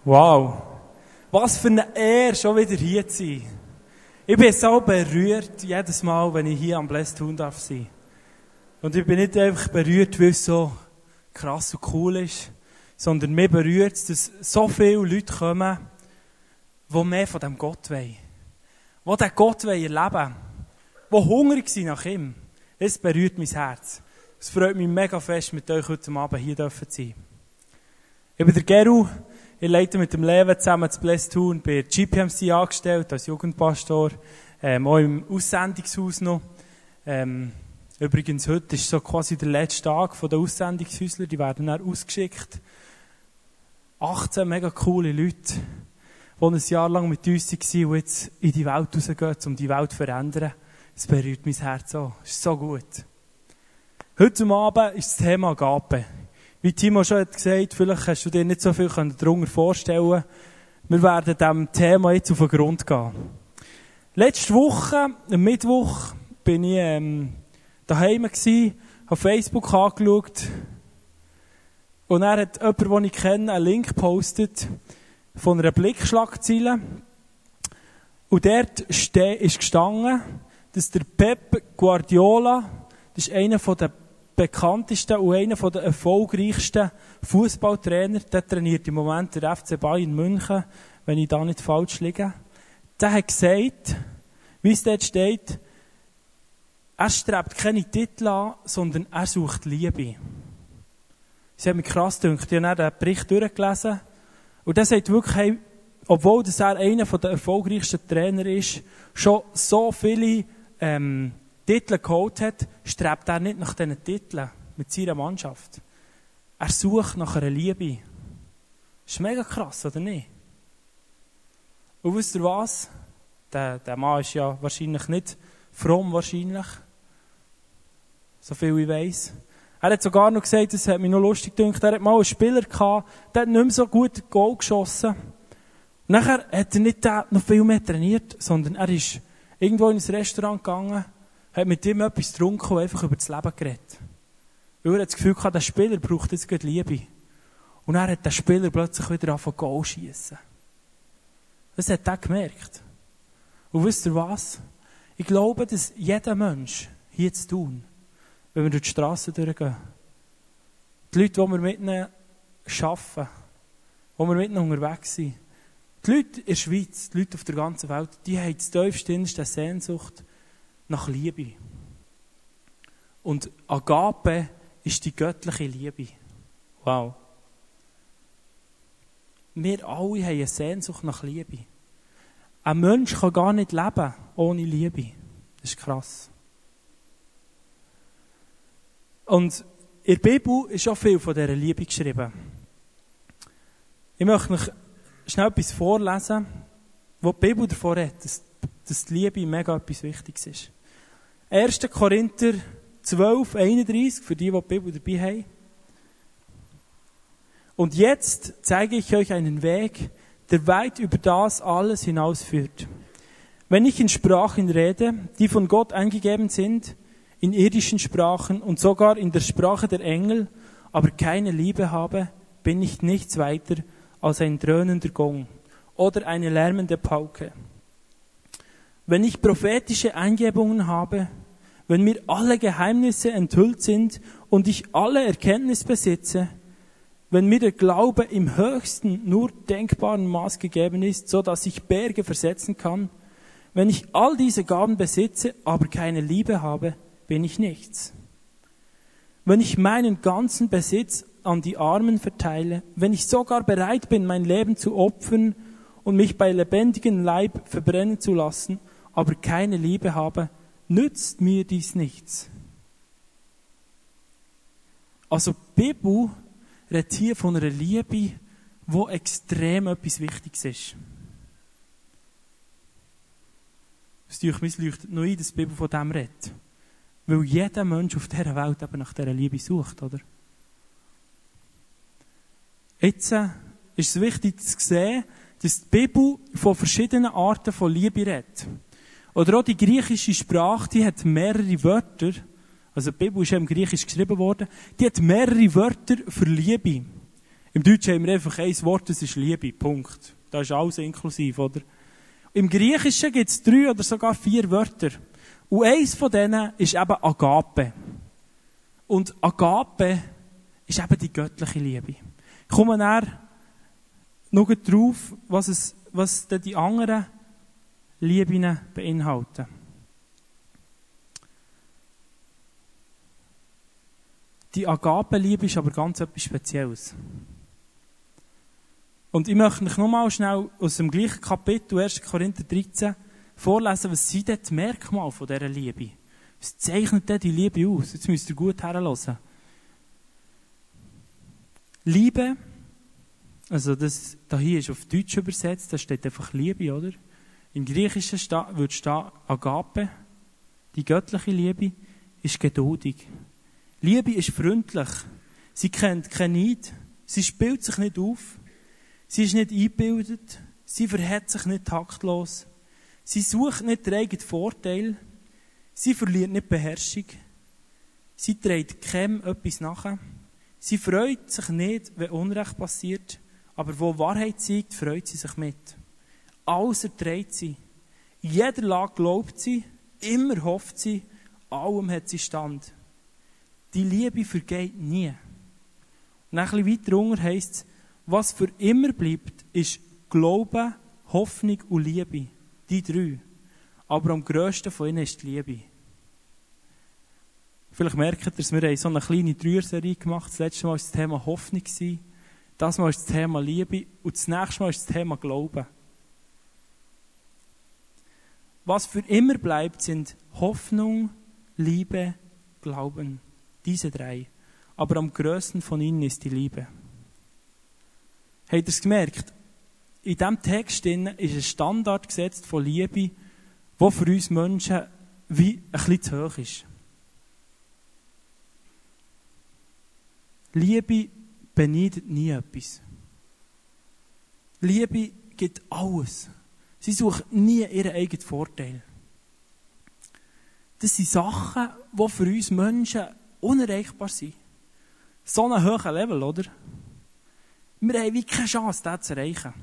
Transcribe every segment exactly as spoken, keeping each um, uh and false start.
Wow, was für eine Ehre, schon wieder hier zu sein. Ich bin so berührt, jedes Mal, wenn ich hier am Blessed Tun darf sein. Und ich bin nicht einfach berührt, weil es so krass und cool ist, sondern mich berührt es, dass so viele Leute kommen, die mehr von diesem Gott wollen. Die diesen Gott erleben wollen. Die hungrig sind nach ihm. Das berührt mein Herz. Es freut mich mega fest, mit euch heute Abend hier zu sein. Ich bin der Geru. Ich leite mit dem Lewen zusammen das Blessed Tun, bin G P M C angestellt als Jugendpastor, ähm, auch im Aussendungshaus noch. Ähm, übrigens, heute ist so quasi der letzte Tag der Aussendungshäusler, die werden dann ausgeschickt. achtzehn mega coole Leute, die ein Jahr lang mit uns waren und jetzt in die Welt rausgehen, um die Welt zu verändern. Das berührt mein Herz auch. Das ist so gut. Heute Abend ist das Thema Agape. Wie Timo schon hat gesagt, vielleicht kannst du dir nicht so viel darunter vorstellen. Wir werden diesem Thema jetzt auf den Grund gehen. Letzte Woche, am Mittwoch, bin ich ähm, daheim gsi, habe Facebook angeschaut und er hat jemand, den ich kenne, einen Link gepostet von einer Blickschlagzeile. Und dort ste- ist gestanden, dass der Pep Guardiola, das ist einer der bekanntesten und einer der erfolgreichsten Fußballtrainer, der trainiert im Moment der F C Bayern München, wenn ich da nicht falsch liege. Der hat gesagt, wie es dort steht, er strebt keine Titel an, sondern er sucht Liebe. Das hat mich krass gedacht. Ich habe dann den Bericht durchgelesen. Und der sagt wirklich, hey, obwohl das er einer der erfolgreichsten Trainer ist, schon so viele ähm, Titel geholt hat, strebt er nicht nach diesen Titeln mit seiner Mannschaft. Er sucht nach einer Liebe. Das ist mega krass, oder nicht? Und wisst ihr was? Der, der Mann ist ja wahrscheinlich nicht fromm, wahrscheinlich. So viel ich weiss. Er hat sogar noch gesagt, das hat mich noch lustig gedacht, er hat mal einen Spieler gehabt, der hat nicht mehr so gut Goal geschossen. Und nachher hat er nicht noch viel mehr trainiert, sondern er ist irgendwo in ein Restaurant gegangen, hat mit ihm etwas getrunken und einfach über das Leben geredet. Weil er hat das Gefühl gehabt, der Spieler braucht jetzt gerade Liebe. Und dann hat der Spieler plötzlich wieder angefangen, Goal zu schiessen. Das hat er gemerkt. Und wisst ihr was? Ich glaube, dass jeder Mensch hier zu tun, wenn wir durch die Strassen durchgehen, die Leute, die wir mit ihnen arbeiten, die wir mit ihnen unterwegs sind, die Leute in der Schweiz, die Leute auf der ganzen Welt, die haben das tiefste innerste Sehnsucht nach Liebe. Und Agape ist die göttliche Liebe. Wow. Wir alle haben eine Sehnsucht nach Liebe. Ein Mensch kann gar nicht leben ohne Liebe. Das ist krass. Und in der Bibel ist auch viel von dieser Liebe geschrieben. Ich möchte euch schnell etwas vorlesen, wo die Bibel davon redet, dass, dass die Liebe mega etwas Wichtiges ist. erster Korinther zwölf, einunddreißig, für die, die die Bibel dabei haben. Und jetzt zeige ich euch einen Weg, der weit über das alles hinausführt. Wenn ich in Sprachen rede, die von Gott eingegeben sind, in irdischen Sprachen und sogar in der Sprache der Engel, aber keine Liebe habe, bin ich nichts weiter als ein dröhnender Gong oder eine lärmende Pauke. Wenn ich prophetische Eingebungen habe, wenn mir alle Geheimnisse enthüllt sind und ich alle Erkenntnis besitze, wenn mir der Glaube im höchsten, nur denkbaren Maß gegeben ist, so dass ich Berge versetzen kann, wenn ich all diese Gaben besitze, aber keine Liebe habe, bin ich nichts. Wenn ich meinen ganzen Besitz an die Armen verteile, wenn ich sogar bereit bin, mein Leben zu opfern und mich bei lebendigem Leib verbrennen zu lassen, aber keine Liebe habe, nützt mir dies nichts. Also die Bibel redet hier von einer Liebe, wo extrem etwas Wichtiges ist. Es leuchtet noch ein, dass die Bibel von dem redet. Weil jeder Mensch auf dieser Welt eben nach dieser Liebe sucht, oder? Jetzt äh, ist es wichtig zu sehen, dass die Bibel von verschiedenen Arten von Liebe redet. Oder auch die griechische Sprache, die hat mehrere Wörter. Also die Bibel ist ja im Griechisch geschrieben worden. Die hat mehrere Wörter für Liebe. Im Deutschen haben wir einfach ein Wort, das ist Liebe, Punkt. Da ist alles inklusiv, oder? Im Griechischen gibt es drei oder sogar vier Wörter. Und eins von denen ist eben Agape. Und Agape ist eben die göttliche Liebe. Ich komme näher noch drauf, was, es, was denn die anderen Lieben beinhalten. Die Agape-Liebe ist aber ganz etwas Spezielles. Und ich möchte euch nochmal schnell aus dem gleichen Kapitel, erster Korinther dreizehn, vorlesen, was sind denn die Merkmale von dieser Liebe? Was zeichnet denn die Liebe aus? Jetzt müsst ihr gut herhören. Liebe, also das da hier ist auf Deutsch übersetzt, da steht einfach Liebe, oder? Im Griechischen würde stehen Agape, die göttliche Liebe, ist geduldig. Liebe ist freundlich. Sie kennt keinen Neid. Sie spielt sich nicht auf. Sie ist nicht eingebildet. Sie verhält sich nicht taktlos. Sie sucht nicht den eigenen Vorteil. Sie verliert nicht Beherrschung. Sie trägt keinem etwas nach. Sie freut sich nicht, wenn Unrecht passiert. Aber wo Wahrheit siegt, freut sie sich mit. Alles erträgt sie. In jeder Lage glaubt sie. Immer hofft sie. Allem hat sie Stand. Die Liebe vergeht nie. Und ein bisschen weiter unten heisst es, was für immer bleibt, ist Glaube, Hoffnung und Liebe. Die drei. Aber am grössten von ihnen ist die Liebe. Vielleicht merkt ihr, dass wir so eine kleine Dreier-Serie gemacht haben. Das letzte Mal war das Thema Hoffnung. Das Mal ist das Thema Liebe. Und das nächste Mal ist das Thema Glauben. Was für immer bleibt, sind Hoffnung, Liebe, Glauben. Diese drei. Aber am grössten von ihnen ist die Liebe. Habt ihr es gemerkt? In diesem Text ist ein Standard gesetzt von Liebe, der für uns Menschen wie ein bisschen zu hoch ist. Liebe beneidet nie etwas. Liebe gibt alles. Sie sucht nie ihren eigenen Vorteil. Das sind Sachen, die für uns Menschen unerreichbar sind. So einen hohen Level, oder? Wir haben wie keine Chance, das zu erreichen.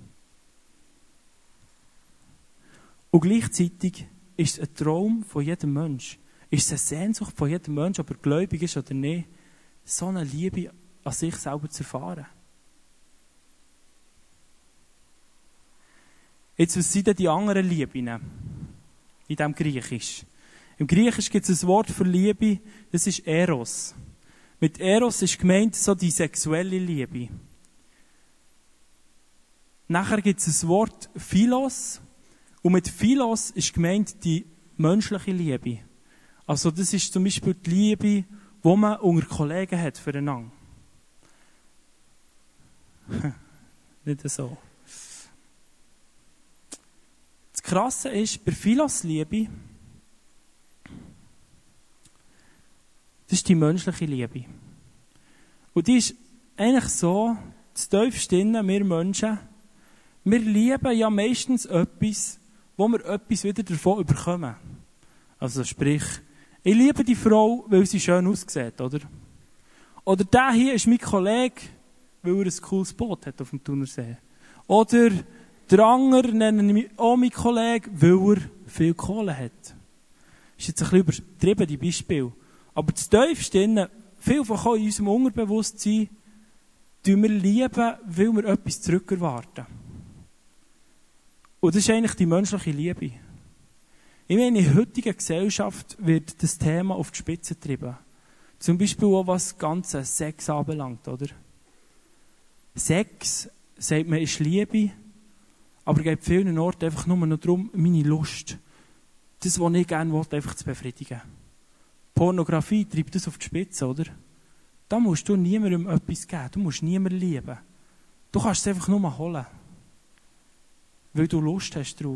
Und gleichzeitig ist es ein Traum von jedem Menschen. Ist es eine Sehnsucht von jedem Menschen, ob er gläubig ist oder nicht, so eine Liebe an sich selber zu erfahren. Jetzt, was sind denn die anderen Lieben in diesem Griechisch? Im Griechisch gibt es ein Wort für Liebe, das ist Eros. Mit Eros ist gemeint so die sexuelle Liebe. Nachher gibt es ein Wort Philos. Und mit Philos ist gemeint die menschliche Liebe. Also das ist zum Beispiel die Liebe, die man unter Kollegen hat füreinander. Nicht so. Das Krasse ist, bei Philos-Liebe, das ist die menschliche Liebe. Und die ist eigentlich so, das tiefste innen, wir Menschen, wir lieben ja meistens etwas, wo wir etwas wieder davon bekommen. Also sprich, ich liebe die Frau, weil sie schön aussieht, oder? Oder der hier ist mein Kollege, weil er ein cooles Boot hat auf dem Thunersee. Oder der andere nenne ich auch meinen Kollegen, weil er viel Kohle hat. Das ist jetzt ein bisschen übertrieben, die Beispiele. Aber das tiefste innen, viel von in unserem Unterbewusstsein, tun wir lieben, weil wir etwas zurückerwarten. Und das ist eigentlich die menschliche Liebe. Ich meine, in der heutigen Gesellschaft wird das Thema auf die Spitze getrieben. Zum Beispiel auch, was ganze Sex anbelangt, oder? Sex, sagt man, ist Liebe, aber es geht an vielen Orten einfach nur noch darum, meine Lust, das, was ich gerne will, einfach zu befriedigen. Pornografie treibt das auf die Spitze, oder? Da musst du niemandem etwas geben, du musst niemanden lieben. Du kannst es einfach nur holen. Weil du Lust hast drauf.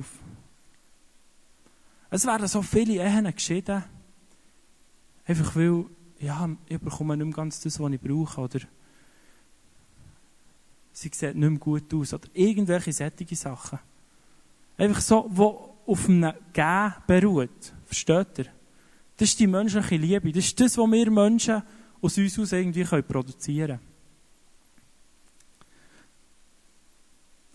Es werden so viele Ehen geschieden, einfach weil, ja, ich bekomme nicht mehr ganz das, was ich brauche, oder sie sieht nicht mehr gut aus, oder irgendwelche solche Sachen. Einfach so, wo auf einem Gehen beruht. Versteht ihr? Das ist die menschliche Liebe. Das ist das, was wir Menschen aus uns aus irgendwie produzieren können.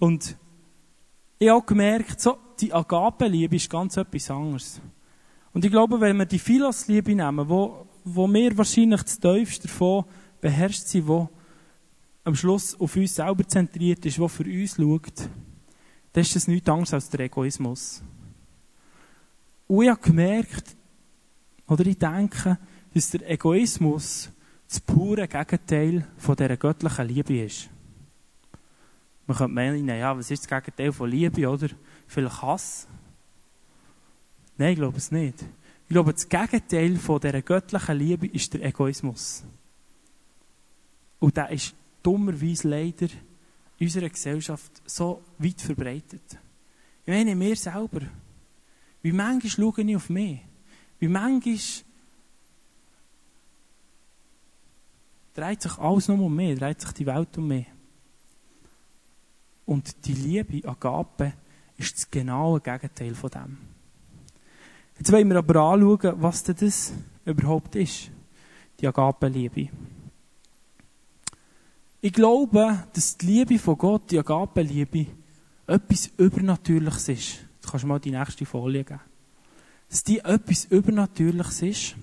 Und ich habe auch gemerkt, so, die Agape-Liebe ist ganz etwas anderes. Und ich glaube, wenn wir die Philos-Liebe nehmen, wo, wo wir wahrscheinlich das tiefste davon beherrscht sind, wo am Schluss auf uns selber zentriert ist, wo für uns schaut, dann ist das nichts anderes als der Egoismus. Und ich habe gemerkt, oder ich denke, dass der Egoismus das pure Gegenteil von dieser göttlichen Liebe ist. Man könnte meinen, ja, was ist das Gegenteil von Liebe, oder? Vielleicht Hass? Nein, ich glaube es nicht. Ich glaube, das Gegenteil von dieser göttlichen Liebe ist der Egoismus. Und der ist dummerweise leider in unserer Gesellschaft so weit verbreitet. Ich meine, mir selber. Wie manchmal schaue ich auf mich? Wie manchmal dreht sich alles nur um mich, dreht sich die Welt um mich. Und die Liebe, Agape, ist das genaue Gegenteil von dem. Jetzt wollen wir aber anschauen, was denn das überhaupt ist, die Agape-Liebe. Ich glaube, dass die Liebe von Gott, die Agape-Liebe, etwas Übernatürliches ist. Jetzt kannst du mal die nächste Folie geben. Dass die etwas Übernatürliches ist.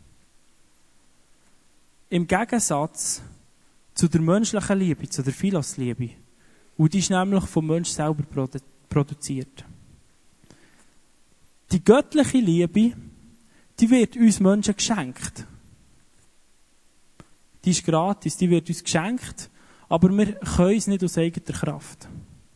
Im Gegensatz zu der menschlichen Liebe, zu der Philos-Liebe. Und die ist nämlich vom Mensch selber produ- produziert. Die göttliche Liebe, die wird uns Menschen geschenkt. Die ist gratis, die wird uns geschenkt, aber wir können es nicht aus eigener Kraft.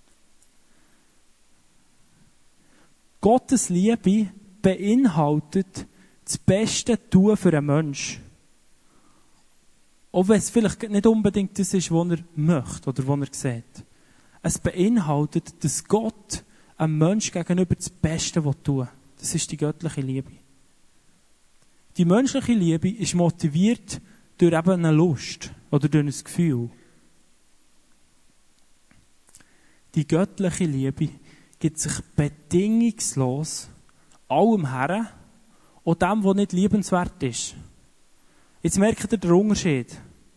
Gottes Liebe beinhaltet das beste Tun für einen Menschen. Auch wenn es vielleicht nicht unbedingt das ist, was er möchte oder was er sieht. Es beinhaltet, dass Gott einem Menschen gegenüber das Beste tun will. Das ist die göttliche Liebe. Die menschliche Liebe ist motiviert durch eben eine Lust oder durch ein Gefühl. Die göttliche Liebe gibt sich bedingungslos allem her, auch dem, was nicht liebenswert ist. Jetzt merkt ihr den Unterschied.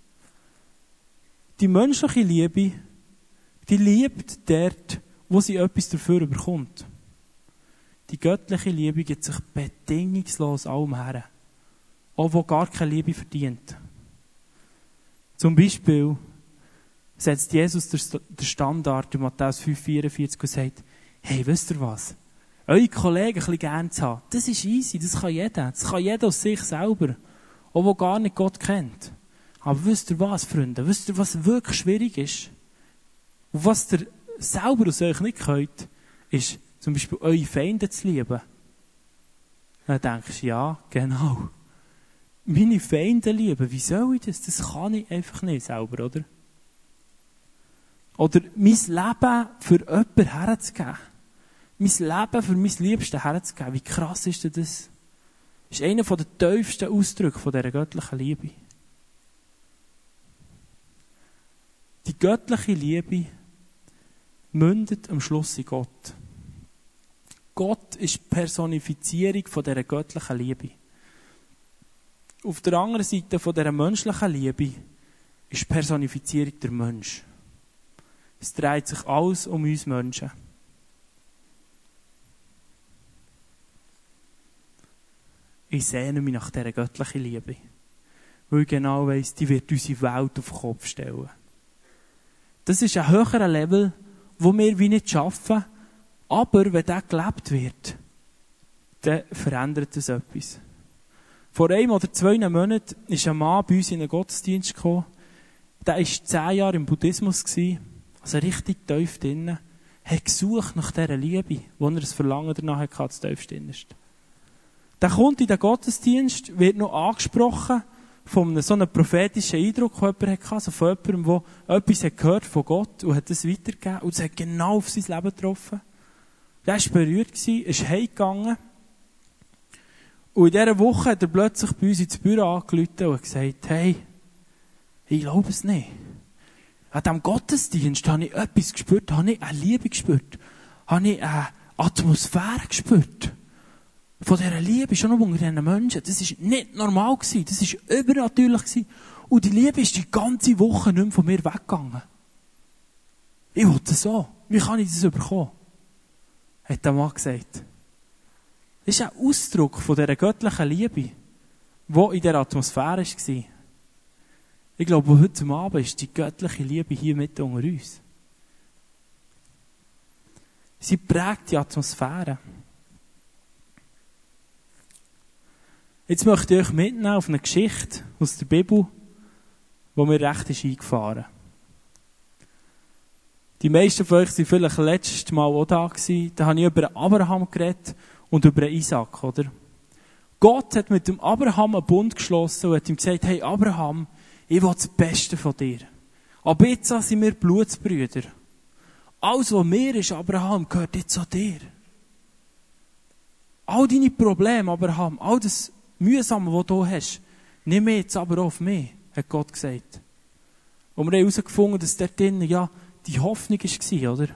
Die menschliche Liebe, die liebt dort, wo sie etwas dafür bekommt. Die göttliche Liebe gibt sich bedingungslos allem her. Auch wo gar keine Liebe verdient. Zum Beispiel setzt Jesus den Standard in Matthäus fünf vierundvierzig und sagt, hey, wisst ihr was? Eure Kollegen ein bisschen gern zu haben, das ist easy, das kann jeder. Das kann jeder aus sich selber. Auch wo gar nicht Gott kennt. Aber wisst ihr was, Freunde? Wisst ihr, was wirklich schwierig ist? Und was ihr selber aus euch nicht könnt, ist zum Beispiel eure Feinde zu lieben. Dann denkst du, ja, genau. Meine Feinde lieben, wie soll ich das? Das kann ich einfach nicht selber, oder? Oder mein Leben für jemanden herzugeben. Mein Leben für mein Liebsten herzugeben. Wie krass ist denn das? Das ist einer der tiefsten Ausdrücke von dieser göttlichen Liebe. Die göttliche Liebe mündet am Schluss in Gott. Gott ist die Personifizierung von dieser göttlichen Liebe. Auf der anderen Seite von dieser menschlichen Liebe ist die Personifizierung der Mensch. Es dreht sich alles um uns Menschen. Ich sehne mich nach dieser göttlichen Liebe. Weil ich genau weiss, die wird unsere Welt auf den Kopf stellen. Das ist ein höherer Level, wo wir wie nicht schaffen. Aber wenn der gelebt wird, dann verändert das etwas. Vor einem oder zwei Monaten ist ein Mann bei uns in einen Gottesdienst gekommen. Der war zehn Jahre im Buddhismus, also richtig tief drinnen. Er hat gesucht nach dieser Liebe, wo er das Verlangen danach hatte, das tiefst innerst. Der kommt in den Gottesdienst, wird noch angesprochen von einem so einem prophetischen Eindruck, den jemand hatte, also von jemandem, der etwas hat gehört von Gott und hat das weitergegeben und es hat genau auf sein Leben getroffen. Der war berührt, ist heimgegangen. Und in dieser Woche hat er plötzlich bei uns ins Büro angerufen und gesagt, hey, ich glaube es nicht. An diesem Gottesdienst habe ich etwas gespürt, habe ich eine Liebe gespürt, habe ich eine Atmosphäre gespürt. Von dieser Liebe, schon noch unter diesen Menschen. Das war nicht normal gewesen, das war übernatürlich gewesen. Und die Liebe ist die ganze Woche nicht mehr von mir weggegangen. Ich will das so. Wie kann ich das bekommen? Hat der Mann gesagt. Das ist ein Ausdruck von dieser göttlichen Liebe, die in dieser Atmosphäre war. Ich glaube, heute Abend ist die göttliche Liebe hier mit unter uns. Sie prägt die Atmosphäre. Jetzt möchte ich euch mitnehmen auf eine Geschichte aus der Bibel, die mir recht ist eingefahren. Die meisten von euch waren vielleicht letztes Mal auch da gewesen. Da habe ich über Abraham geredet und über Isaac, oder? Gott hat mit dem Abraham einen Bund geschlossen und hat ihm gesagt, hey Abraham, ich will das Beste von dir. Aber jetzt sind wir Blutsbrüder. Alles, was mir ist, Abraham, gehört jetzt zu dir. All deine Probleme, Abraham, all das Mühsame, was du hast, nimm jetzt aber auf mich, hat Gott gesagt. Und wir haben herausgefunden, dass dort drinnen, ja, die Hoffnung war, oder?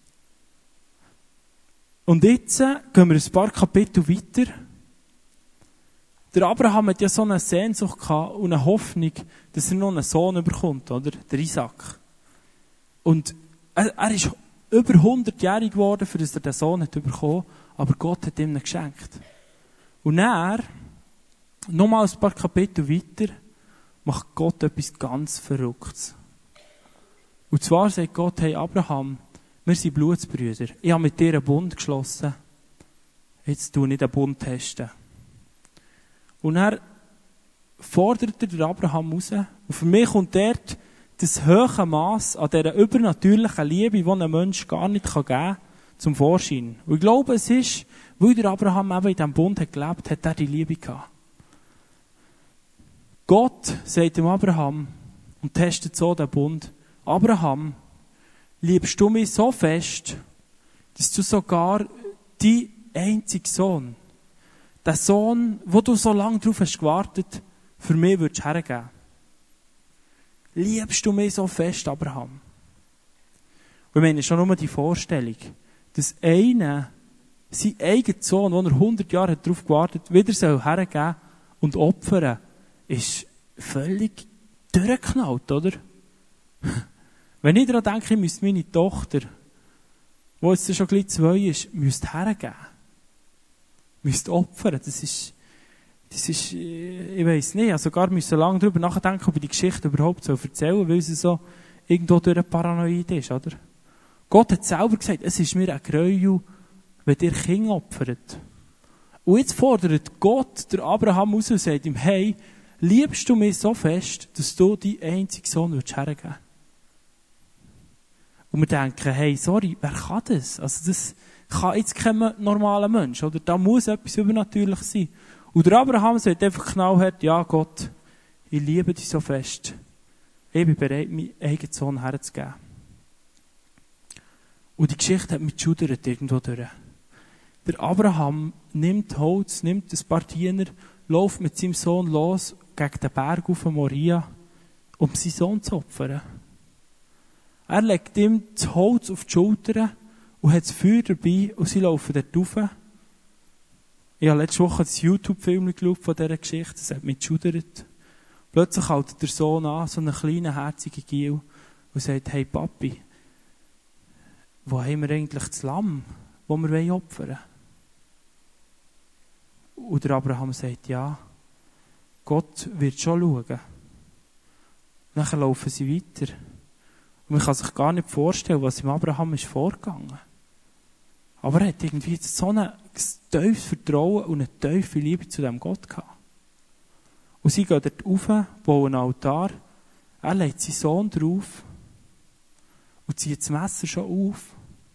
Und jetzt gehen wir ein paar Kapitel weiter. Der Abraham hat ja so eine Sehnsucht gehabt und eine Hoffnung, dass er noch einen Sohn bekommt, oder? Der Isaac. Und er, er ist über hundertjährig geworden, für dass er den Sohn hat bekommen, aber Gott hat ihm ihn geschenkt. Und dann, nochmal ein paar Kapitel weiter, macht Gott etwas ganz Verrücktes. Und zwar sagt Gott, hey Abraham, wir sind Blutsbrüder. Ich habe mit dir einen Bund geschlossen. Jetzt tu nicht den Bund testen. Und er fordert er den Abraham raus. Und für mich kommt dort das hohe Maß an dieser übernatürlichen Liebe, die ein Mensch gar nicht geben kann, zum Vorschein. Und ich glaube, es ist, weil der Abraham eben in diesem Bund hat gelebt, hat er die Liebe gehabt. Gott sagt dem Abraham und testet so den Bund, Abraham, liebst du mich so fest, dass du sogar deinen einzigen Sohn, den Sohn, wo du so lange darauf hast gewartet, für mich würdest hergeben. Liebst du mich so fest, Abraham? Wir meinen schon nur die Vorstellung, dass einer, sein eigener Sohn, den er hundert Jahre darauf gewartet hat, wieder soll hergeben und opfern, ist völlig durchgeknallt, oder? Wenn ich daran denke, ich müsste meine Tochter, die jetzt schon gleich zwei ist, müsste hergeben. Müsste opfern. Das ist, das ist, ich weiss nicht, also gar müssen lange darüber nachdenken, ob ich die Geschichte überhaupt so erzählen, weil sie so irgendwo durch eine Paranoid ist, oder? Gott hat selber gesagt, es ist mir ein Gräuel, wenn ihr Kinder opfert. Und jetzt fordert Gott der Abraham raus und sagt ihm, hey, liebst du mich so fest, dass du deinen einzigen Sohn hergeben würdest? Und wir denken, hey, sorry, wer kann das? Also das kann jetzt kein normaler Mensch, oder? Da muss etwas übernatürlich sein. Und der Abraham sagt einfach knallhart, ja Gott, ich liebe dich so fest. Ich bin bereit, meinen eigenen Sohn herzugeben. Und die Geschichte hat mich geschudert irgendwo durch. Der Abraham nimmt Holz, nimmt ein paar Diener, läuft mit seinem Sohn los gegen den Berg auf Moria, um seinen Sohn zu opfern. Er legt ihm das Holz auf die Schultern und hat das Feuer dabei und sie laufen dort rauf. Ich habe letzte Woche das YouTube-Film geschaut von dieser Geschichte, das hat mich geschudert. Plötzlich hält der Sohn an, so einen kleinen, herzigen Giel, und sagt, hey Papi, wo haben wir eigentlich das Lamm, das wir opfern wollen? Und der Abraham sagt, ja, Gott wird schon schauen. Dann laufen sie weiter. Und man kann sich gar nicht vorstellen, was im Abraham ist vorgegangen. Aber er hat irgendwie so ein tiefes Vertrauen und eine tiefe Liebe zu diesem Gott gehabt. Und sie gehen dort rauf, bauen einen Altar, er legt seinen Sohn drauf und zieht das Messer schon auf.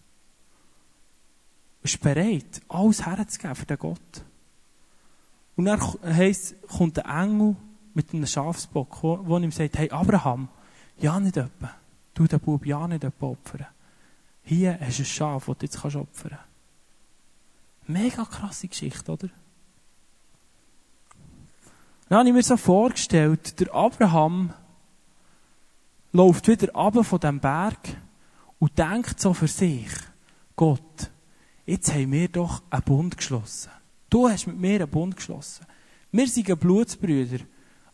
Und ist bereit, alles herzugeben für den Gott. Und dann heisst, kommt ein Engel mit einem Schafsbock, der ihm sagt, hey Abraham, ja nicht etwa. Du den Bub ja nicht opfern. Hier hast du ein Schaf, das du jetzt opfern kannst. Mega krasse Geschichte, oder? Dann habe ich mir so vorgestellt, der Abraham läuft wieder runter von diesem Berg und denkt so für sich, Gott, jetzt haben wir doch einen Bund geschlossen. Du hast mit mir einen Bund geschlossen. Wir sind Blutsbrüder.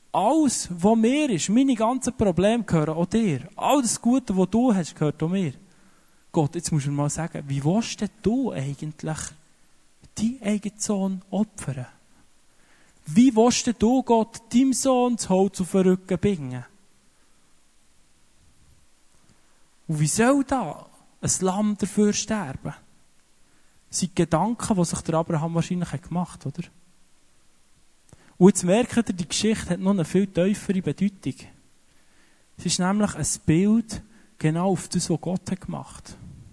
Alles, was mir ist, meine ganzen Probleme gehören auch dir. All das Gute, was du hast, gehört auch mir. Gott, jetzt musst du mir mal sagen, wie willst denn du eigentlich deinen eigenen Sohn opfern? Wie willst denn du, Gott, deinem Sohn das Holz auf den Rücken bringen? Und wie soll da ein Lamm dafür sterben? Das sind Gedanken, die sich der Abraham wahrscheinlich gemacht hat, oder? Und jetzt merkt ihr, die Geschichte hat noch eine viel tiefere Bedeutung. Es ist nämlich ein Bild genau auf das, was Gott hat gemacht hat.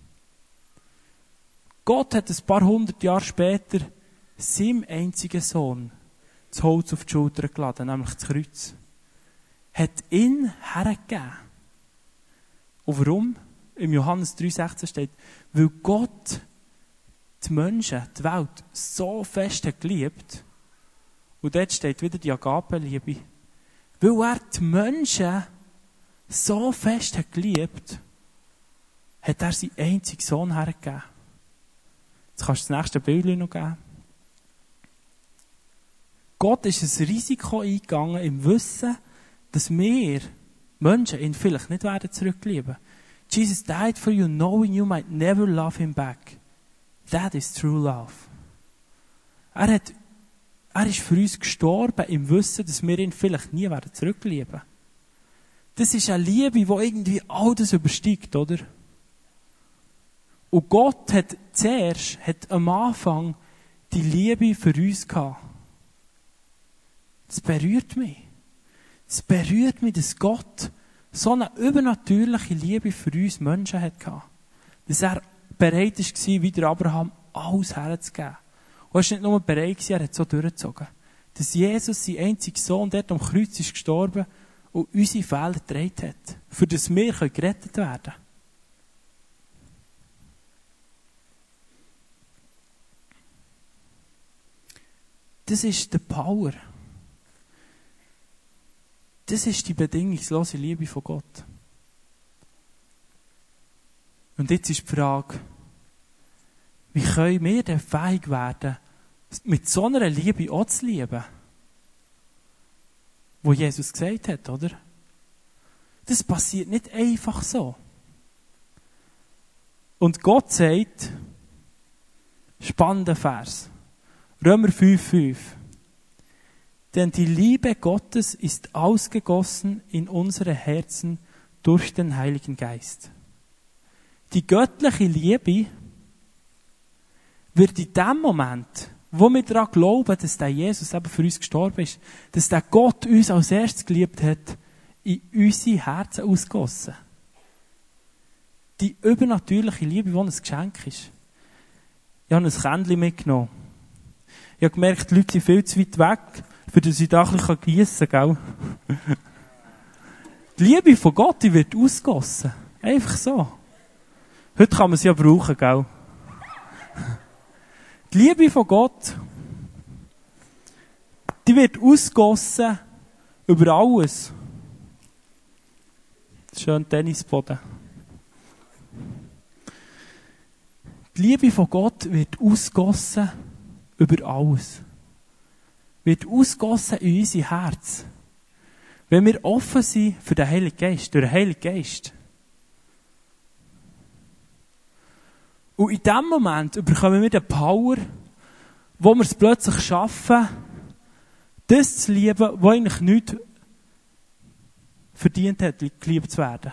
Gott hat ein paar hundert Jahre später seinem einzigen Sohn das Holz auf die Schulter geladen, nämlich das Kreuz. Hat ihn hergegeben. Und warum? Im Johannes drei sechzehn steht, weil Gott die Menschen, die Welt so fest hat geliebt. Und dort steht wieder die Agape-Liebe. Weil er die Menschen so fest hat geliebt, hat er seinen einzigen Sohn hergegeben. Jetzt kannst du das nächste Bild noch geben. Gott ist ein Risiko eingegangen im Wissen, dass wir Menschen ihn vielleicht nicht werden zurücklieben. Jesus died for you, knowing you might never love him back. That is true love. Er hat, er ist für uns gestorben im Wissen, dass wir ihn vielleicht nie werden zurücklieben. Das ist eine Liebe, die irgendwie all das übersteigt, oder? Und Gott hat zuerst, hat am Anfang die Liebe für uns gehabt. Das berührt mich. Das berührt mich, dass Gott so eine übernatürliche Liebe für uns Menschen hatte. Dass er bereit war, wie der Abraham, alles herzugeben. Und er war nicht nur bereit, er hat so durchgezogen. Dass Jesus, sein einziger Sohn, dort am Kreuz ist gestorben und unsere Fehler getragen hat. Für das wir gerettet werden können. Das ist die Power. Das ist die bedingungslose Liebe von Gott. Und jetzt ist die Frage, wie können wir denn fähig werden, mit so einer Liebe auch zu lieben? Wo Jesus gesagt hat, oder? Das passiert nicht einfach so. Und Gott sagt, spannender Vers, Römer fünf fünf. Denn die Liebe Gottes ist ausgegossen in unsere Herzen durch den Heiligen Geist. Die göttliche Liebe wird in dem Moment, wo wir daran glauben, dass der Jesus eben für uns gestorben ist, dass der Gott uns als erstes geliebt hat, in unsere Herzen ausgegossen. Die übernatürliche Liebe, die ein Geschenk ist. Ich habe ein Kännchen mitgenommen. Ich habe gemerkt, die Leute sind viel zu weit weg, für das ich da ein bisschen giessen kann, gell? Die Liebe von Gott, die wird ausgegossen. Einfach so. Heute kann man sie ja brauchen, gell? Die Liebe von Gott, die wird ausgegossen über alles. Schön Tennisboden. Die Liebe von Gott wird ausgegossen über alles. Wird ausgegossen in unser Herz. Wenn wir offen sind für den Heiligen Geist, durch den Heiligen Geist. Und in dem Moment bekommen wir die Power, wo wir es plötzlich schaffen, das zu lieben, was eigentlich nicht verdient hat, geliebt zu werden.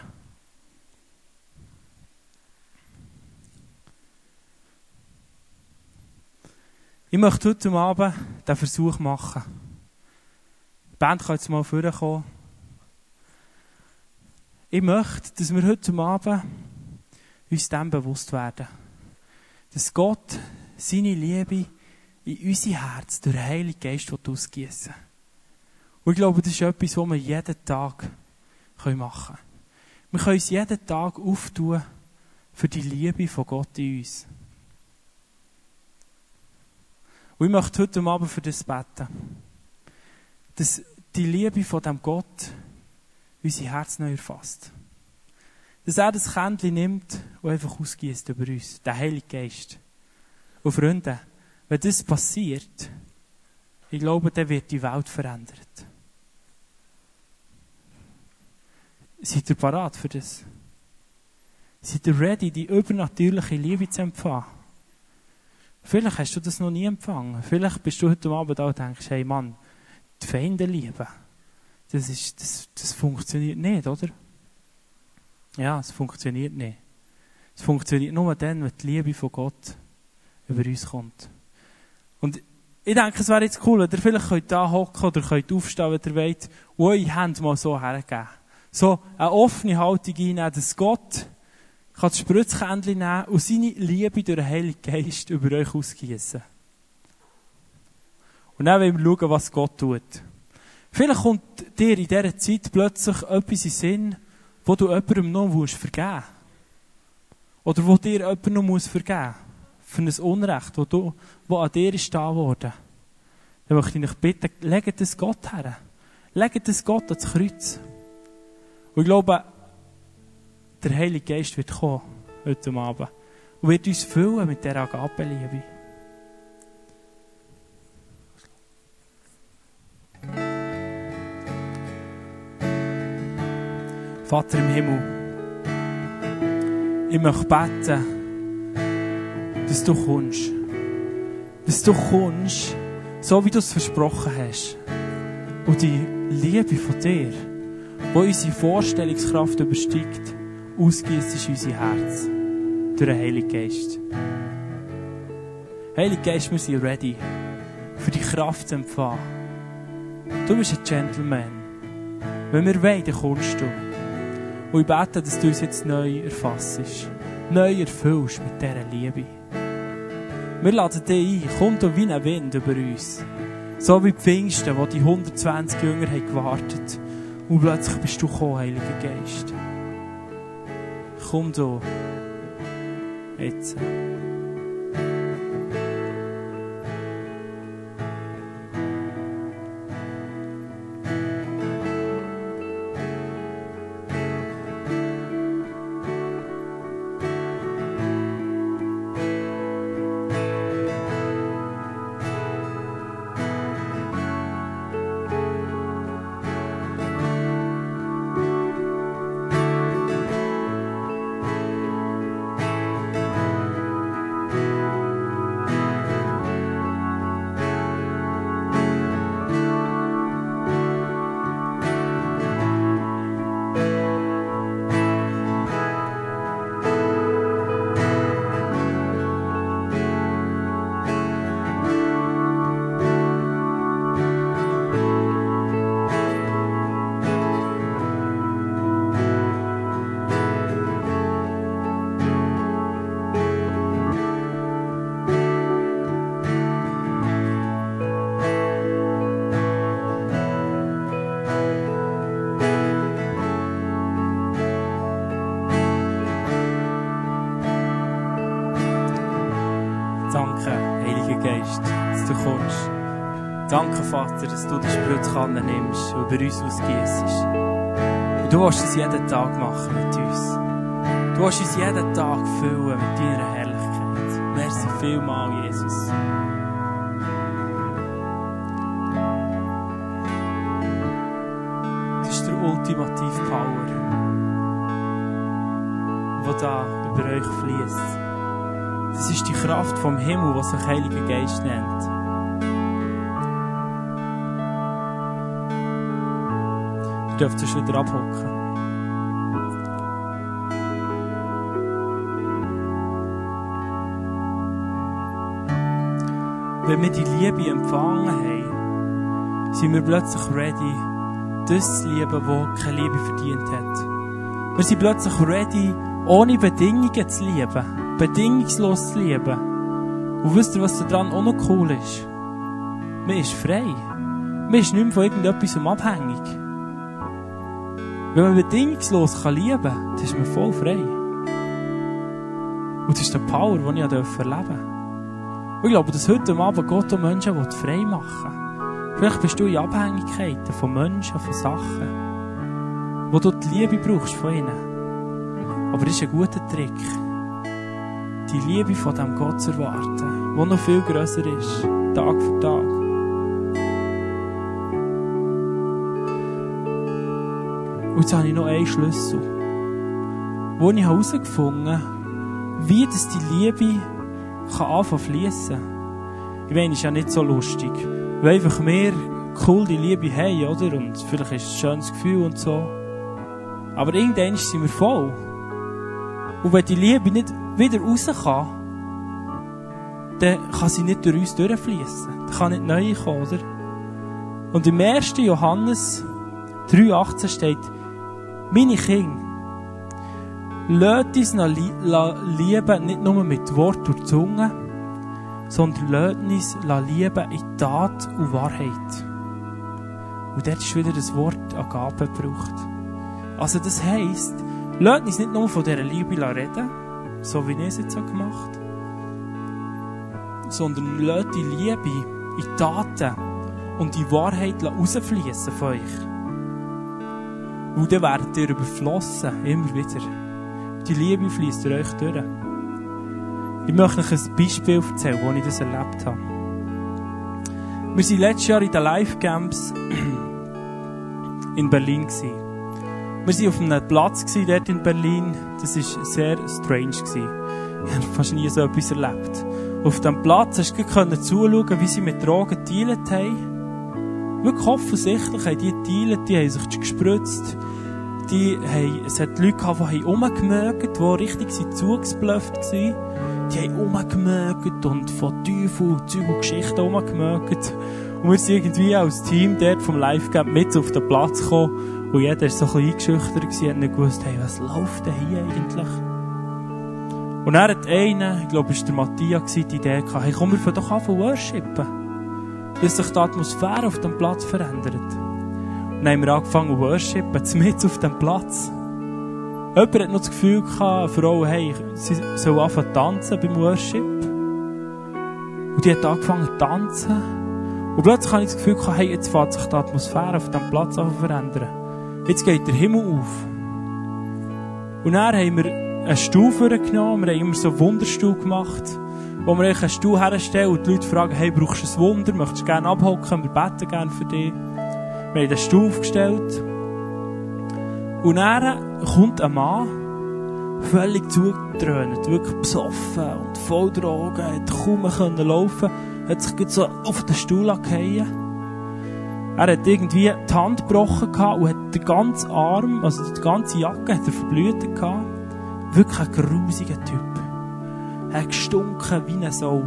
Ich möchte heute Abend den Versuch machen. Die Band kann jetzt mal vorkommen. Ich möchte, dass wir heute Abend uns dem bewusst werden. Dass Gott seine Liebe in unser Herz durch den Heiligen Geist ausgießen will. Und ich glaube, das ist etwas, was wir jeden Tag machen können. Wir können uns jeden Tag auftun für die Liebe von Gott in uns. Und ich möchte heute Abend für das beten. Dass die Liebe von dem Gott unser Herz neu erfasst. Dass er das Kännchen nimmt und einfach ausgießt über uns. Der Heilige Geist. Und Freunde, wenn das passiert, ich glaube, dann wird die Welt verändert. Seid ihr parat für das? Seid ihr ready, die übernatürliche Liebe zu empfangen? Vielleicht hast du das noch nie empfangen. Vielleicht bist du heute Abend da und denkst, hey Mann, die Feinde lieben. Das, ist, das, das funktioniert nicht, oder? Ja, es funktioniert nicht. Es funktioniert nur dann, wenn die Liebe von Gott über uns kommt. Und ich denke, es wäre jetzt cool, wenn ihr vielleicht könnt da hocken oder könnt aufstehen, wenn ihr wollt, und eure Hände mal so hergeben. So eine offene Haltung einnehmen, dass Gott kann das Spritzkännchen nehmen und seine Liebe durch den Heiligen Geist über euch ausgießen. Und dann wollen wir schauen, was Gott tut. Vielleicht kommt dir in dieser Zeit plötzlich etwas in den Sinn, wo du jemandem noch vergeben musst. Oder wo dir jemand noch muss vergeben muss. Für ein Unrecht, das du, wo an dir ist da worden. Dann möchte ich euch bitten, legt es Gott her. Legt es Gott ans Kreuz. Und ich glaube, der Heilige Geist wird kommen, heute Abend. Und wird uns füllen mit dieser Agape-Liebe. Vater im Himmel, ich möchte beten, dass du kommst. Dass du kommst, so wie du es versprochen hast. Und die Liebe von dir, die unsere Vorstellungskraft übersteigt, ausgießt in unser Herz. Durch den Heiligen Geist. Heiliger Geist, wir sind ready, für die Kraft zu empfangen. Du bist ein Gentleman. Wenn wir wollen, dann kommst du. Und ich bete, dass du uns jetzt neu erfassest. Neu erfüllst mit dieser Liebe. Wir laden dich ein. Komm du wie ein Wind über uns. So wie die Pfingsten, wo die hundertzwanzig Jünger haben gewartet. Und plötzlich bist du gekommen, Heiliger Geist. Komm du. Jetzt. Danke, Vater, dass du die Spritzkanne nimmst und über uns ausgießt. Und du willst es jeden Tag machen mit uns. Du willst uns jeden Tag füllen mit deiner Herrlichkeit. Merci vielmal, Jesus. Das ist der ultimative Power, der da über euch fließt. Das ist die Kraft vom Himmel, die sich Heiliger Geist nennt. Ihr dürft euch wieder abhocken. Wenn wir die Liebe empfangen haben, sind wir plötzlich ready, das zu lieben, das keine Liebe verdient hat. Wir sind plötzlich ready, ohne Bedingungen zu lieben, bedingungslos zu lieben. Und wisst ihr, was daran auch noch cool ist? Man ist frei. Man ist nicht mehr von irgendetwas abhängig. Wenn man bedingungslos lieben kann, dann ist man voll frei. Und das ist die Power, die ich erleben durfte. Und ich glaube, dass heute Abend Gott auch Menschen frei machen will. Vielleicht bist du in Abhängigkeiten von Menschen, von Sachen, wo du die Liebe brauchst von ihnen. Aber das ist ein guter Trick, die Liebe von diesem Gott zu erwarten, die noch viel grösser ist, Tag für Tag. Und jetzt habe ich noch einen Schlüssel. wo ich herausgefunden habe, wie das die Liebe kann anfangen zu fliessen. Ich meine, es ist ja nicht so lustig, weil einfach mehr cool die Liebe haben, oder? Und vielleicht ist es ein schönes Gefühl und so. Aber irgendwann sind wir voll. Und wenn die Liebe nicht wieder raus kann, dann kann sie nicht durch uns durchfließen. Dann kann nicht neu kommen, oder? Und im ersten Johannes drei achtzehn steht, meine Kinder, lasst uns noch lieben, nicht nur mit Wort und Zunge, sondern lasst uns lieben in Tat und Wahrheit. Und dort ist wieder das Wort Agape gebraucht. Also das heisst, lasst uns nicht nur von dieser Liebe reden, so wie ich es jetzt gemacht habe, sondern lasst die Liebe in Taten und die Wahrheit rausfließen von euch. Und dann werdet ihr überflossen, immer wieder. Die Liebe fließt durch euch durch. Ich möchte euch ein Beispiel erzählen, wo ich das erlebt habe. Wir waren letztes Jahr in den Live-Camps in Berlin. Wir waren auf einem Platz dort in Berlin. Das war sehr strange. Ich habe fast nie so etwas erlebt. Auf diesem Platz hast du zuschauen, wie sie mit Drogen gedealt haben. Wirklich offensichtlich haben die gedealt, die haben sich gespritzt. Die haben, es hat Leute gehabt, die rumgemögt, die richtig zugesblufft waren. Die haben rumgemögt und von Teufel und Zeug und Geschichten rumgemögt. Und wir sind irgendwie als Team dort vom Live-Camp mit auf den Platz gekommen. Und jeder war so ein bisschen eingeschüchtert und hat nicht gewusst, hey, was läuft denn hier eigentlich? Und dann hat einer, ich glaube, es war der Matthias, die Idee gehabt, hey, komm, wir fangen doch an zu worshipen. Dass sich die Atmosphäre auf dem Platz verändert. Und dann haben wir angefangen zu worshipen, mitten auf dem Platz. Jemand hat noch das Gefühl gehabt, eine Frau, hey, sie soll anfangen zu tanzen beim Worship. Und die hat angefangen zu tanzen. Und plötzlich habe ich das Gefühl gehabt, hey, jetzt fängt sich die Atmosphäre auf diesem Platz an zu verändern. Jetzt geht der Himmel auf. Und dann haben wir einen Stuhl vorgenommen, wir haben immer so einen Wunderstuhl gemacht, wo wir einen Stuhl herstellen und die Leute fragen, hey, brauchst du ein Wunder, möchtest du gerne abhocken, wir beten gerne für dich. Wir haben den Stuhl aufgestellt. Und dann kommt ein Mann, völlig zugedröhnt, wirklich besoffen und voll Drogen, hat kaum mehr laufen können, hat sich so auf den Stuhl gefallen. Er hat irgendwie die Hand gebrochen und hat den ganzen Arm, also die ganze Jacke, hat er verblüht gehabt. Wirklich ein grusiger Typ. Er hat gestunken wie ein Sau.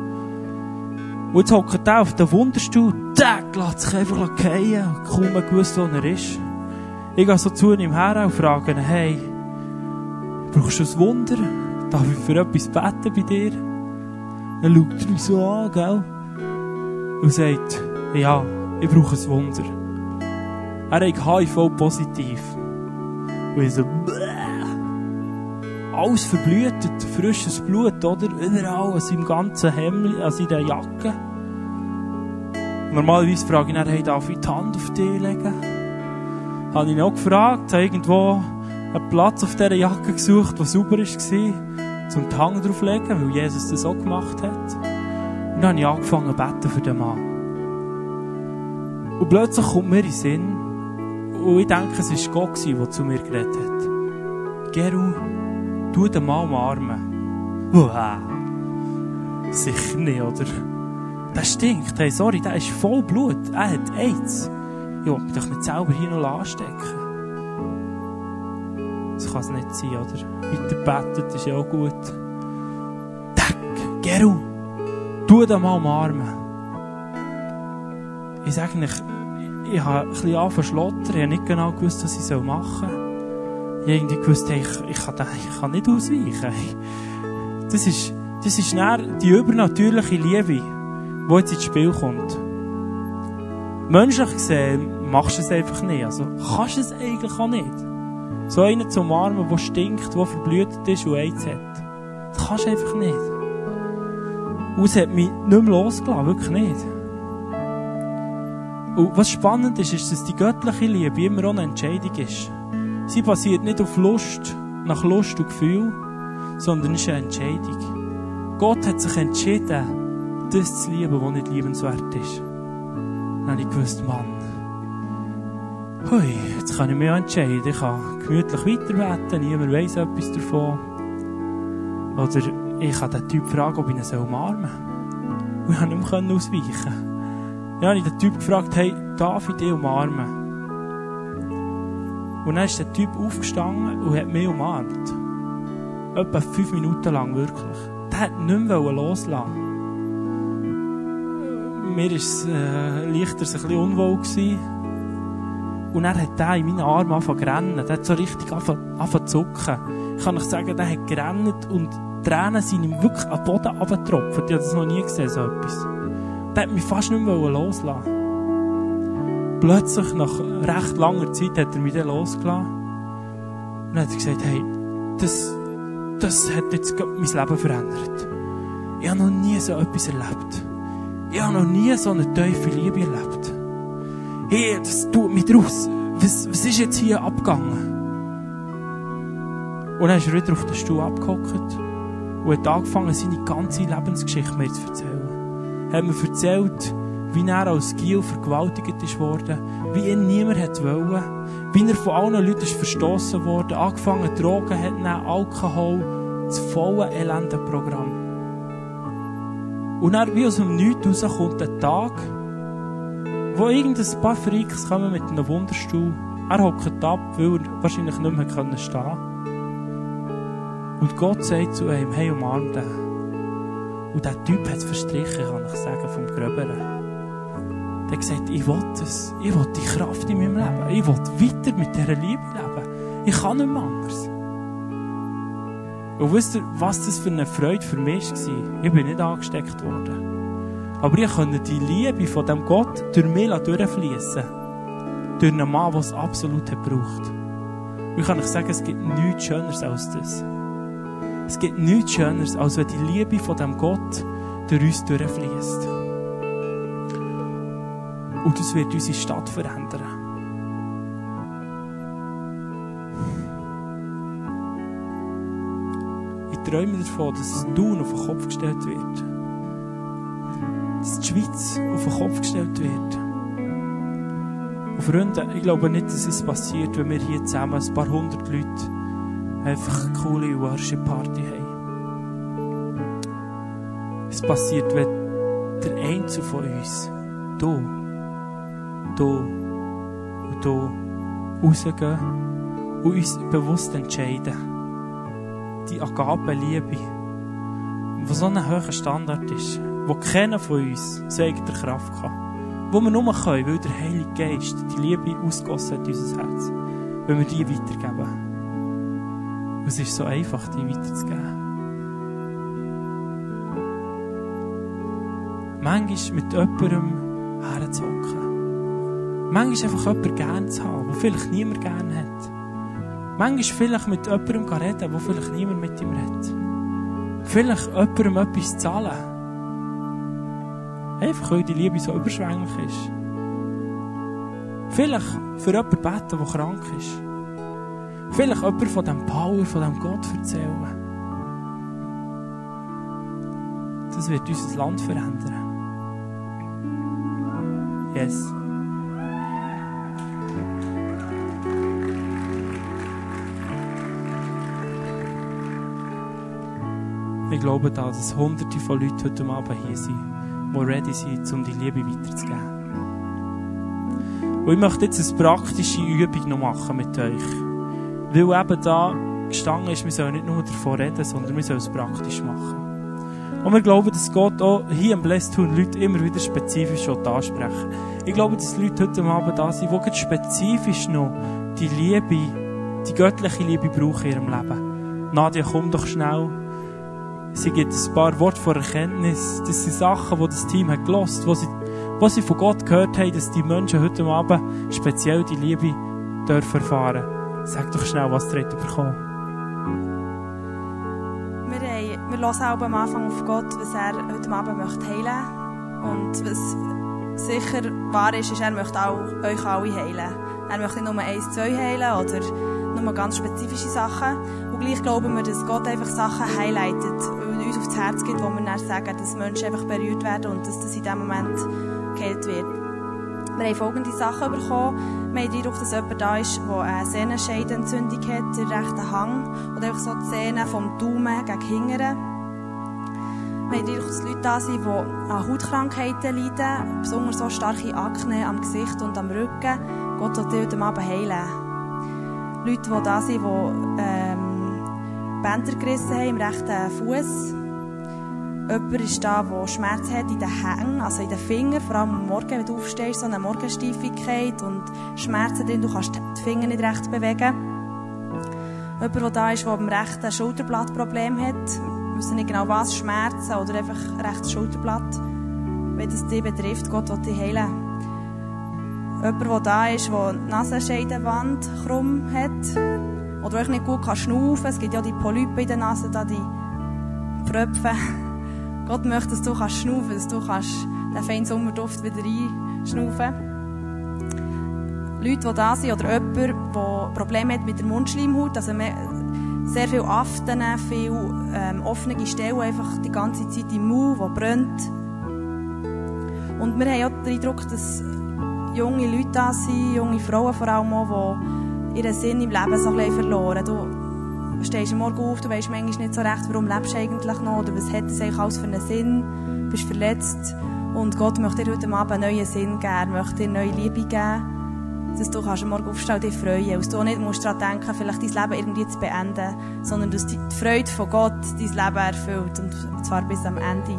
Und jetzt hockt er auf den Wunderstuhl, tack, lässt sich einfach fallen und kaum mehr gewusst, wo er ist. Ich gehe so zu ihm her und frage ihn, hey, brauchst du ein Wunder? Darf ich für etwas beten bei dir? Dann schaut er mich so an, gell? Und sagt, ja, ich brauche ein Wunder. Er hat H I V positiv. Und ich so, bäh. Alles verblühtet, frisches Blut, oder? Überall, an seinem ganzen Hemd, an seiner Jacke. Normalerweise frage ich ihn, hey, darf ich die Hand auf dich legen? Habe ich ihn auch gefragt, habe irgendwo einen Platz auf dieser Jacke gesucht, der sauber war, zum die Hand drauflegen, weil Jesus das auch gemacht hat. Und dann habe ich angefangen zu beten für den Mann. Und plötzlich kommt mir in den Sinn, und ich denke, es war Gott, der zu mir geredet hat. Geru, tu den Mann umarmen. Uah. Sicher nicht, oder? Der stinkt. Hey, sorry, der ist voll Blut. Er hat AIDS. Ich will mich doch nicht selber hier noch anstecken. Das kann es nicht sein, oder? Weiter betet ist ja auch gut. Tack, Geru, tu den Mann umarmen. Ich sage nicht, ich habe ein bisschen angefangen zu schlottern. Ich habe nicht genau gewusst, was ich machen soll. Ich habe irgendwie gewusst, hey, ich, ich, kann, ich kann nicht ausweichen. Das ist, das ist dann die übernatürliche Liebe, die jetzt ins Spiel kommt. Menschlich gesehen machst du es einfach nicht. Also kannst du es eigentlich auch nicht. So einen zu umarmen, der stinkt, der verblühtet ist und AIDS hat. Das kannst du einfach nicht. Und es hat mich nicht mehr losgelassen, wirklich nicht. Und was spannend ist, ist, dass die göttliche Liebe immer auch eine Entscheidung ist. Sie basiert nicht auf Lust, nach Lust und Gefühl, sondern ist eine Entscheidung. Gott hat sich entschieden, das zu lieben, was nicht liebenswert ist. Dann habe ich gewusst, Mann, hui, jetzt kann ich mich auch entscheiden. Ich kann gemütlich weiterbeten, niemand weiss etwas davon. Oder ich kann den Typ fragen, ob ich ihn umarmen soll. Und ich konnte nicht mehr ausweichen. Dann habe ich den Typ gefragt, hey, darf ich dich umarmen? Und dann ist der Typ aufgestanden und hat mich umarmt. Etwa fünf Minuten lang, wirklich. Der hat nicht mehr loslassen. Mir war es äh, leichter, ein bisschen unwohl gewesen. Und er hat der in meinen Armen angefangen zu rennen. Der hat so richtig angefangen, angefangen zu zucken. Ich kann euch sagen, der hat gerannt und die Tränen sind ihm wirklich am Boden runtergetropft. Ich habe das noch nie gesehen, so etwas. Der hat mich fast nicht mehr loslassen. Plötzlich, nach recht langer Zeit, hat er mich dann losgelassen. Und dann hat er gesagt, hey, das, das hat jetzt mein Leben verändert. Ich habe noch nie so etwas erlebt. Ich habe noch nie so eine tiefe Liebe erlebt. Hey, das tut mich draus. Was, was ist jetzt hier abgegangen? Und dann ist er wieder auf den Stuhl abgehockt und hat angefangen, seine ganze Lebensgeschichte mir zu erzählen. Er hat mir erzählt, wie er als Giel vergewaltigt ist worden, wie ihn niemand wollte, wie er von allen Leuten verstossen wurde, angefangen Drogen hat nehmen, Alkohol, das volle Elendenprogramm. Und dann, wie aus dem Nichts raus, kommt ein Tag, wo irgendein paar Freaks kommen mit einem Wunderstuhl. Er hockt ab, weil er wahrscheinlich nicht mehr stehen konnte. Und Gott sagt zu ihm, hey, umarm den. Und der Typ hat es verstrichen, kann ich sagen, vom Gröberen. Der hat gesagt, ich will das. Ich will die Kraft in meinem Leben. Ich will weiter mit dieser Liebe leben. Ich kann nicht mehr anders. Und wisst ihr, was das für eine Freude für mich war? Ich bin nicht angesteckt worden. Aber ich konnte die Liebe von diesem Gott durch mich durchfließen. Durch einen Mann, der es absolut braucht. Und ich kann euch sagen, es gibt nichts Schöneres als das. Es gibt nichts Schöneres, als wenn die Liebe von diesem Gott durch uns durchfließt. Und das wird unsere Stadt verändern. Ich träume davon, dass Thun auf den Kopf gestellt wird. Dass die Schweiz auf den Kopf gestellt wird. Und Freunde, ich glaube nicht, dass es passiert, wenn wir hier zusammen ein paar hundert Leute einfach eine coole Worship-Party haben. Es passiert, wenn der Einzelne von uns, du, du und du, rausgehen und uns bewusst entscheiden, die Agape-Liebe, die so ein hoher Standard ist, wo keiner von uns so eigene Kraft kann, wo wir nur können, weil der Heilige Geist die Liebe ausgossen hat in unser Herz, wenn wir die weitergeben. Und es ist so einfach, die weiterzugeben. Manchmal mit jemandem herzuhocken. Manchmal einfach jemanden gerne zu haben, der vielleicht niemand gerne hat. Manchmal vielleicht mit jemandem reden, der vielleicht niemand mit ihm redet. Vielleicht jemandem etwas zu zahlen. Einfach, weil die Liebe so überschwänglich ist. Vielleicht für jemanden beten, der krank ist. Vielleicht jemand von diesem Power, von diesem Gott erzählen. Das wird unser Land verändern. Yes. Ich glaube da, dass Hunderte von Leuten heute Abend hier sind, die ready sind, um die Liebe weiterzugeben. Und ich möchte jetzt eine praktische Übung noch machen mit euch. Weil eben da gestanden ist, wir sollen nicht nur davon reden, sondern wir sollen es praktisch machen. Und wir glauben, dass Gott auch hier im Blessed Tun Leute immer wieder spezifisch ansprechen. Ich glaube, dass Leute heute Abend da sind, die spezifisch noch die Liebe, die göttliche Liebe brauchen in ihrem Leben. Nadia, komm doch schnell. Sie gibt ein paar Worte von Erkenntnis. Das sind Sachen, die das Team hat gehört, wo sie, wo sie von Gott gehört haben, dass die Menschen heute Abend speziell die Liebe dürfen erfahren. Sag doch schnell, was ihr bekommen. Wir, haben, wir hören auch am Anfang auf Gott, was er heute Abend möchte heilen. Und was sicher wahr ist, ist, er möchte auch euch alle heilen. Er möchte nicht nur eins, zwei heilen oder nur ganz spezifische Sachen. Und gleich glauben wir, dass Gott einfach Sachen highlightet und uns aufs Herz gibt, wo wir dann sagen, dass Menschen einfach berührt werden und dass das in diesem Moment geheilt wird. Wir haben folgende Sachen bekommen. Wir haben den Eindruck, dass jemand da ist, der eine Sehnenscheidenentzündung hat, den rechten Hang. Oder einfach so die Sehnen vom Daumen gegen Hingern. Wir haben den Eindruck, dass Leute da sind, die an Hautkrankheiten leiden. Besonders so starke Akne am Gesicht und am Rücken. Gott will die heute Abend heilen. Leute, die da sind, die ähm, Bänder gerissen haben im rechten Fuß. Jemand ist da, der Schmerz hat in den Hängen, also in den Fingern, vor allem am Morgen, wenn du aufstehst, so eine Morgensteifigkeit und Schmerzen drin, du kannst die Finger nicht recht bewegen. Jemand, der da ist, der am rechten Schulterblatt Probleme hat, wir wissen nicht genau was, Schmerzen oder einfach rechtes Schulterblatt. Wenn das dich betrifft, Gott will dich heilen. Jemand, der da ist, der die Nasenscheidenwand krumm hat oder auch nicht gut kann schnaufen, es gibt ja die Polypen in der Nase, da die Pröpfen. Gott möchte, dass du kannst schnaufen, dass du kannst den feinen Sommerduft wieder einschnaufen. Leute, die da sind, oder jemand, der Probleme hat mit der Mundschleimhaut, also sehr viele Aften, viele ähm, offene Stellen, einfach die ganze Zeit im Mund, die brennt. Und wir haben auch den Eindruck, dass junge Leute da sind, junge Frauen vor allem auch, die ihren Sinn im Leben so ein bisschen verloren. Du stehst am Morgen auf, du weisst manchmal nicht so recht, warum lebst du eigentlich noch, oder was hat das eigentlich alles für einen Sinn, du bist verletzt und Gott möchte dir heute Abend einen neuen Sinn geben, möchte dir neue Liebe geben, dass du kannst am Morgen aufstehen und dich freuen, dass du nicht musst daran denken, vielleicht dein Leben irgendwie zu beenden, sondern dass die Freude von Gott dein Leben erfüllt, und zwar bis am Ende.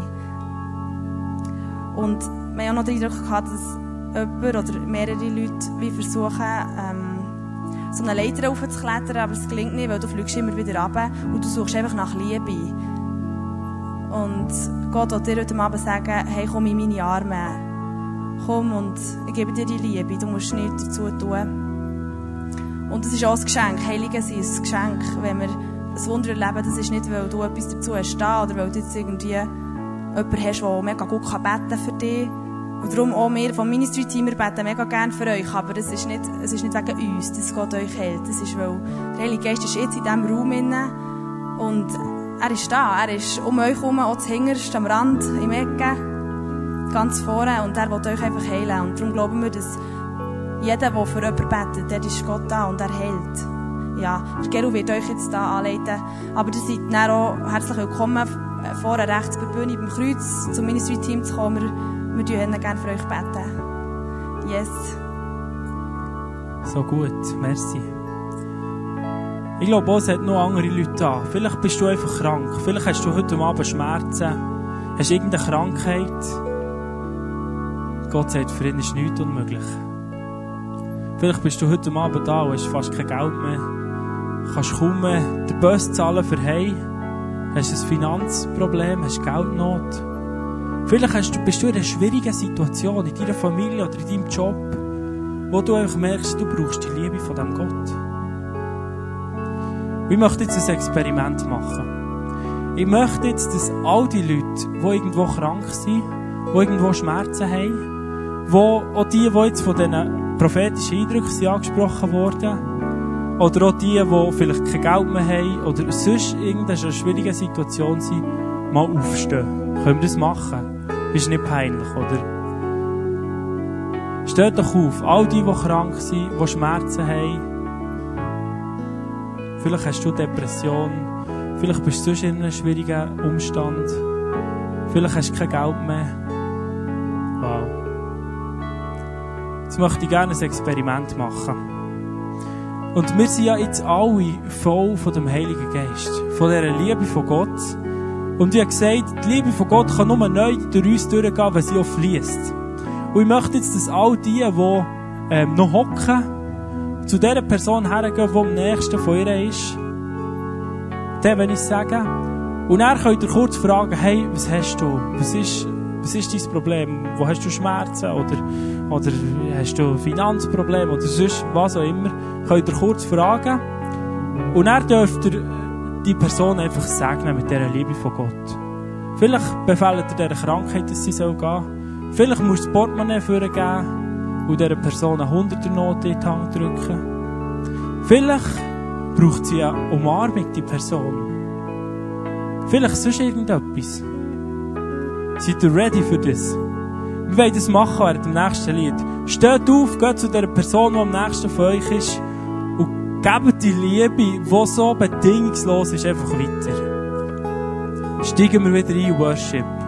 Und wir haben auch noch den Eindruck gehabt, dass jemand oder mehrere Leute wie versuchen, ähm, so eine Leiter raufzuklettern, aber es gelingt nicht, weil du fliegst immer wieder runter und du suchst einfach nach Liebe. Und Gott will dir heute Abend sagen, hey, komm in meine Arme. Komm und ich gebe dir die Liebe, du musst nichts dazu tun. Und das ist auch ein Geschenk, Heilige sind ein Geschenk, wenn wir ein Wunder erleben, das ist nicht, weil du etwas dazu hast oder weil du jetzt irgendwie jemanden hast, der mega gut beten kann für dich. Und darum auch wir vom Ministry-Team, wir beten mega gerne für euch, aber es ist nicht, es ist nicht wegen uns, dass Gott euch hält. Das ist, weil der Heilige Geist ist jetzt in diesem Raum inne und er ist da, er ist um euch herum, auch zuhinterst, am Rand, im Ecke, ganz vorne, und er will euch einfach heilen. Und darum glauben wir, dass jeder, der für jemanden betet, der ist Gott da und er heilt. Ja, der Gero wird euch jetzt da anleiten, aber ihr seid dann auch herzlich willkommen, vorne rechts bei der Bühne beim Kreuz zum Ministry-Team zu kommen. Wir Wir würden gerne für euch beten. Yes. So gut, merci. Ich glaube auch, es hat noch andere Leute da. Vielleicht bist du einfach krank. Vielleicht hast du heute Abend Schmerzen. Hast irgendeine Krankheit. Gott sagt, für ihn ist nichts unmöglich. Vielleicht bist du heute Abend da und hast fast kein Geld mehr. Kannst kaum mehr den Bus zahlen für Heim. Hast ein Finanzproblem, hast Geldnot. Vielleicht hast du, bist du in einer schwierigen Situation, in deiner Familie oder in deinem Job, wo du einfach merkst, du brauchst die Liebe von diesem Gott. Ich möchte jetzt ein Experiment machen. Ich möchte jetzt, dass all die Leute, die irgendwo krank sind, die irgendwo Schmerzen haben, wo auch die, die jetzt von diesen prophetischen Eindrücken sind angesprochen wurden, oder auch die, die vielleicht kein Geld mehr haben, oder sonst in irgendeiner schwierigen Situation sind, mal aufstehen. Können wir das machen? Ist nicht peinlich, oder? Steht doch auf, all die, die krank sind, die Schmerzen haben. Vielleicht hast du Depression, vielleicht bist du sonst in einem schwierigen Umstand, vielleicht hast du kein Geld mehr. Wow. Jetzt möchte ich gerne ein Experiment machen. Und wir sind ja jetzt alle voll von dem Heiligen Geist, von dieser Liebe von Gott. Und wie gesagt, die Liebe von Gott kann nur neu durch uns durchgehen, wenn sie auch fließt. Und ich möchte jetzt, dass all die, die ähm, noch hocken, zu dieser Person hergehen, die am nächsten von ihr ist. Dem, wenn ich sage. Und dann könnt ihr kurz fragen, hey, was hast du? Was ist, was ist dein Problem? Wo hast du Schmerzen? Oder, oder hast du Finanzprobleme? Oder sonst was auch immer. Könnt ihr kurz fragen. Und dann dürft ihr die Person einfach segnen mit dieser Liebe von Gott. Vielleicht befehlt ihr dieser Krankheit, dass sie gehen soll. Vielleicht musst du das Portemonnaie vorgeben und dieser Person eine Hunderter-Note in die Hand drücken. Vielleicht braucht sie eine Umarmung, die Person. Vielleicht sonst irgendetwas. Seid ihr ready für das? Wir wollen das machen während dem nächsten Lied. Steht auf, geht zu der Person, die am nächsten von euch ist und gebt die Liebe, die so bedingungslos ist, einfach weiter. Steigen wir wieder ein, Worship.